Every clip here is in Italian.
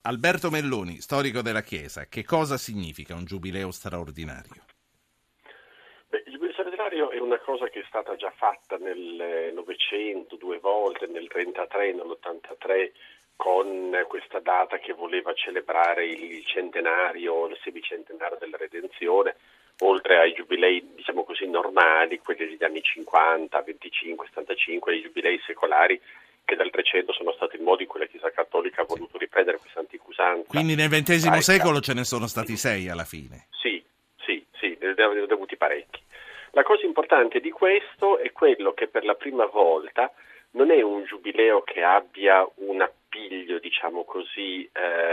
Alberto Melloni, storico della Chiesa, che cosa significa un giubileo straordinario? Il giubileo straordinario è una cosa che è stata già fatta nel Novecento 2 volte, nel 1933 e nell'83, con questa data che voleva celebrare il centenario, il semicentenario della Redenzione, oltre ai giubilei, diciamo così, normali, quelli degli anni 50, 25, 75, e i giubilei secolari che dal 300 sono stati il modo in cui la Chiesa Cattolica ha voluto riprendere questa antica usanza. Quindi nel XX secolo ce ne sono stati 6 alla fine. Sì, ne ho avuti parecchi. La cosa importante di questo è quello che per la prima volta non è un giubileo che abbia un appiglio, diciamo così,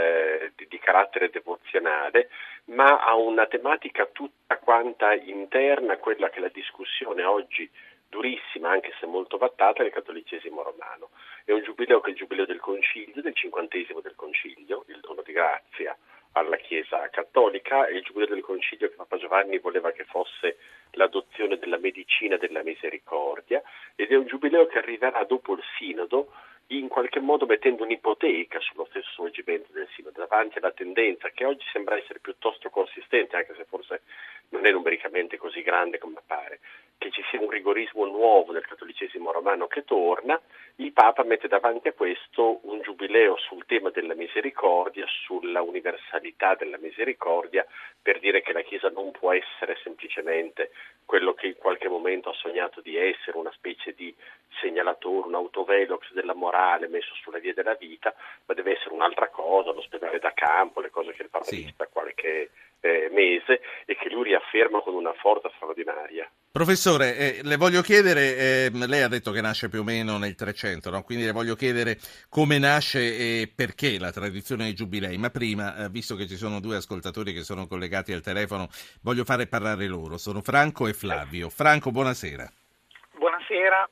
di carattere devozionale, ma ha una tematica tutta quanta interna, quella che è la discussione oggi durissima, anche se molto vattata, del cattolicesimo romano. È un giubileo che è il giubileo del Concilio, del 50° del Concilio, il dono di grazia alla Chiesa Cattolica, e il giubileo del Concilio che Papa Giovanni voleva che fosse l'adozione della medicina della misericordia, ed è un giubileo che arriverà dopo il Sinodo, in qualche modo mettendo un'ipoteca sullo stesso svolgimento del Sinodo, davanti alla tendenza che oggi sembra essere piuttosto consistente, anche se forse non è numericamente così grande come appare, che ci sia un rigorismo nuovo del cattolicesimo romano che torna. Il Papa mette davanti a questo un giubileo sul tema della misericordia, sulla universalità della misericordia, per dire che la Chiesa non può essere semplicemente quello che in qualche momento ha sognato di essere, una specie di segnalatore, un autovelox della morale messo sulla via della vita, ma deve essere un'altra cosa, l'ospedale da campo, le cose che il Papa dice da qualche mese, e che lui riafferma con una forza straordinaria. Professore, le voglio chiedere, lei ha detto che nasce più o meno nel 300, no? Quindi le voglio chiedere come nasce e perché la tradizione dei giubilei, ma prima, visto che ci sono due ascoltatori che sono collegati al telefono, voglio fare parlare loro, sono Franco e Flavio. Franco, buonasera. Buonasera.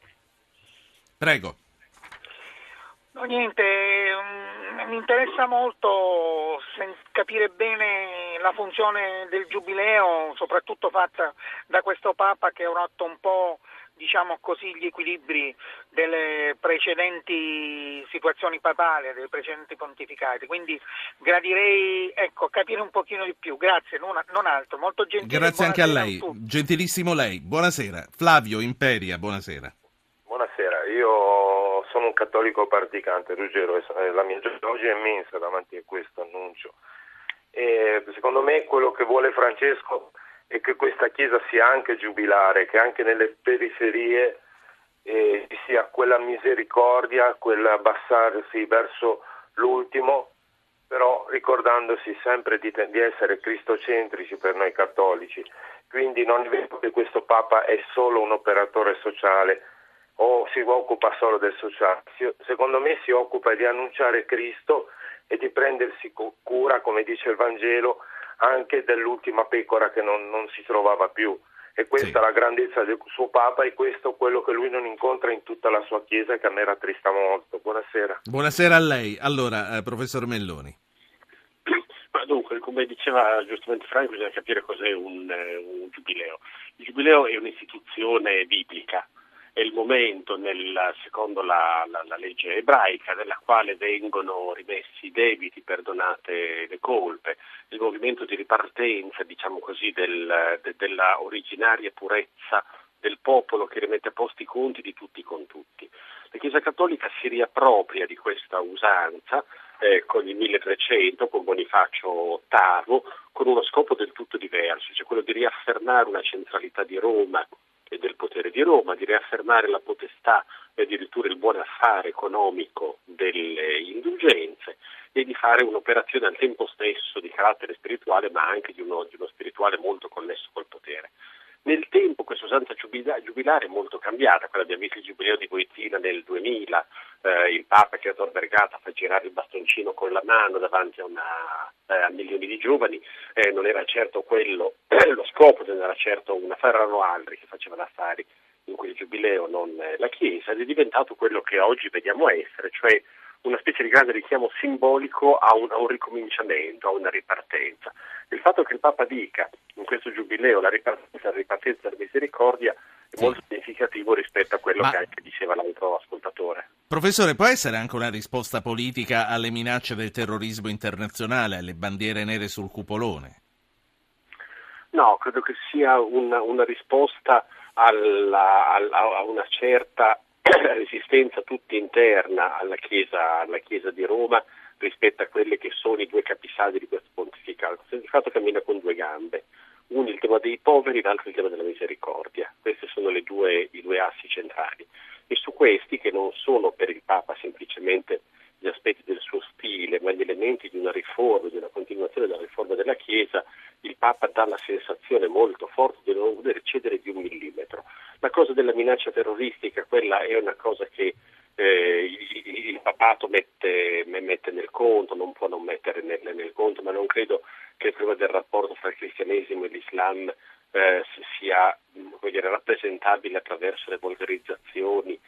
Prego. No, niente, mi interessa molto capire bene la funzione del giubileo, soprattutto fatta da questo Papa che ha rotto un po', diciamo così, gli equilibri delle precedenti situazioni papali, dei precedenti pontificati. Quindi gradirei, capire un pochino di più. Grazie, non altro. Molto gentile. Grazie anche a lei, gentilissimo lei. Buonasera. Flavio Imperia, buonasera. Buonasera, io sono un cattolico praticante, Ruggero, e la mia gioia è immensa davanti a questo annuncio. E secondo me quello che vuole Francesco è che questa Chiesa sia anche giubilare, che anche nelle periferie ci sia quella misericordia, quell'abbassarsi verso l'ultimo, però ricordandosi sempre di essere cristocentrici per noi cattolici. Quindi non è vero che questo Papa è solo un operatore sociale o si occupa solo del sociale. Secondo me si occupa di annunciare Cristo e di prendersi cura, come dice il Vangelo, anche dell'ultima pecora che non si trovava più. E questa è la grandezza del suo Papa, e questo è quello che lui non incontra in tutta la sua Chiesa, che a me rattrista molto. Buonasera. Buonasera a lei. Allora, professor Melloni. Ma dunque, come diceva giustamente Franco, bisogna capire cos'è un giubileo. Il giubileo è un'istituzione biblica. È il momento, secondo la legge ebraica, nella quale vengono rimessi i debiti, perdonate le colpe, il movimento di ripartenza, diciamo così, della originaria purezza del popolo che rimette a posto i conti di tutti con tutti. La Chiesa Cattolica si riappropria di questa usanza con il 1300, con Bonifacio VIII, con uno scopo del tutto diverso, cioè quello di riaffermare una centralità di Roma e del potere di Roma, di riaffermare la potestà e addirittura il buon affare economico delle indulgenze, e di fare un'operazione al tempo stesso di carattere spirituale, ma anche di uno spirituale molto connesso col potere. Nel tempo questa usanza giubilare è molto cambiata. Quella abbiamo visto il giubileo di Wojtyla nel 2000, il Papa che a Tor Vergata fa girare il bastoncino con la mano davanti a milioni di giovani, non era certo quello lo scopo, non era certo un affare, erano altri che facevano affari in quel giubileo, non la Chiesa, ed è diventato quello che oggi vediamo essere, cioè una specie di grande richiamo simbolico a un ricominciamento, a una ripartenza. Il fatto che il Papa dica in questo giubileo la ripartenza della misericordia è molto significativo rispetto a quello Ma... che anche diceva l'altro ascoltatore. Professore, può essere anche una risposta politica alle minacce del terrorismo internazionale, alle bandiere nere sul cupolone? No, credo che sia una risposta a una certa resistenza tutta interna alla Chiesa di Roma rispetto a quelli che sono i due capisaldi di questo pontificato. Il pontificato cammina con due gambe, uno il tema dei poveri, l'altro il tema della misericordia. Questi sono i due assi centrali. E su questi, che non sono per il Papa semplicemente gli aspetti del suo stile, ma gli elementi di una riforma, di una continuazione della riforma della Chiesa, il Papa dà la sensazione molto forte di non voler cedere di un millimetro. La cosa della minaccia terroristica, quella è una cosa che il papato mette nel conto, non può non mettere nel conto, ma non credo che il problema del rapporto fra il cristianesimo e l'Islam sia rappresentabile attraverso le volgarizzazioni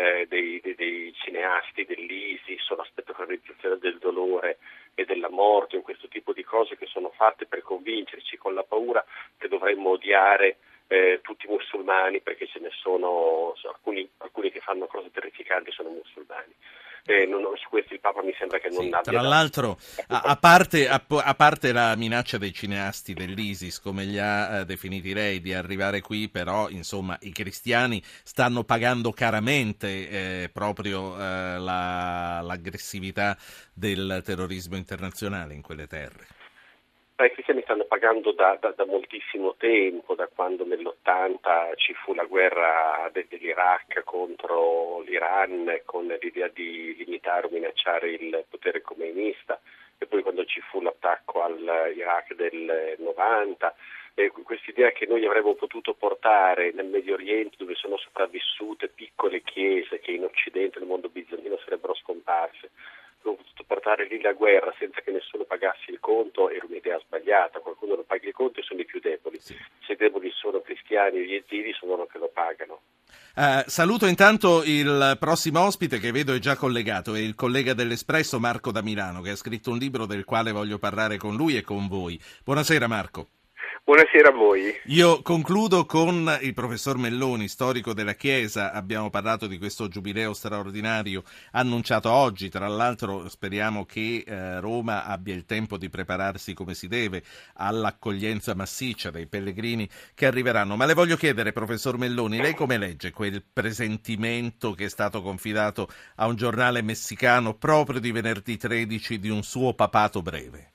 dei cineasti dell'ISIS o la spettacolarizzazione del dolore e della morte, in questo tipo di cose che sono fatte per convincerci con la paura che dovremmo odiare tutti i musulmani, perché ce ne sono alcuni che fanno cose terrificanti, sono musulmani. Su questo il Papa mi sembra che non abbia... Tra l'altro, a parte la minaccia dei cineasti dell'ISIS, come li ha definiti lei, di arrivare qui, però insomma i cristiani stanno pagando caramente proprio l'aggressività del terrorismo internazionale in quelle terre. I cristiani stanno pagando da moltissimo tempo, da quando nell'80 ci fu la guerra dell'Iraq contro l'Iran con l'idea di limitare o minacciare il potere comunista, e poi quando ci fu l'attacco all'Iraq del 90, quest'idea che noi avremmo potuto portare nel Medio Oriente, dove sono sopravvissute piccole chiese che in Occidente, nel mondo bizantino, sarebbero scomparse, avremmo potuto portare lì la guerra senza che nessuno pagassi il conto, era un'idea sbagliata. Qualcuno non paga il conto e sono i più deboli. Sì. Se i deboli sono cristiani e gli yazidi, sono loro che lo pagano. Saluto intanto il prossimo ospite, che vedo è già collegato, è il collega dell'Espresso Marco da Milano, che ha scritto un libro del quale voglio parlare con lui e con voi. Buonasera Marco. Buonasera a voi. Io concludo con il professor Melloni, storico della Chiesa. Abbiamo parlato di questo giubileo straordinario annunciato oggi. Tra l'altro speriamo che Roma abbia il tempo di prepararsi come si deve all'accoglienza massiccia dei pellegrini che arriveranno. Ma le voglio chiedere, professor Melloni, lei come legge quel presentimento che è stato confidato a un giornale messicano proprio di venerdì 13 di un suo papato breve?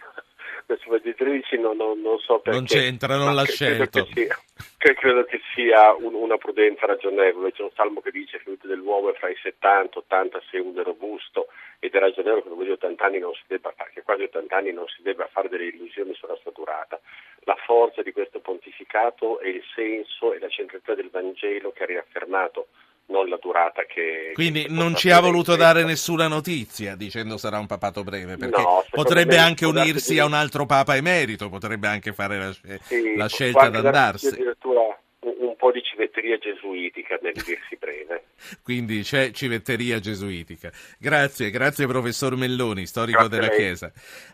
Di 13 non so perché. Non c'entra, non l'ha scelto. Credo che sia una prudenza ragionevole. C'è un salmo che dice che l'età dell'uomo è fra i 70 e 80 se uno è robusto, ed è ragionevole che dopo gli 80 anni non si debba fare, che quasi 80 anni non si debba fare delle illusioni sulla sua durata. La forza di questo pontificato è il senso e la centralità del Vangelo che ha riaffermato, non la durata che... Quindi non ci ha voluto dare nessuna notizia dicendo sarà un papato breve, perché no, potrebbe anche unirsi a un altro Papa emerito, potrebbe anche fare la scelta di andarsene. Addirittura un po' di civetteria gesuitica nel dirsi breve. Quindi c'è civetteria gesuitica. Grazie professor Melloni, storico della Chiesa.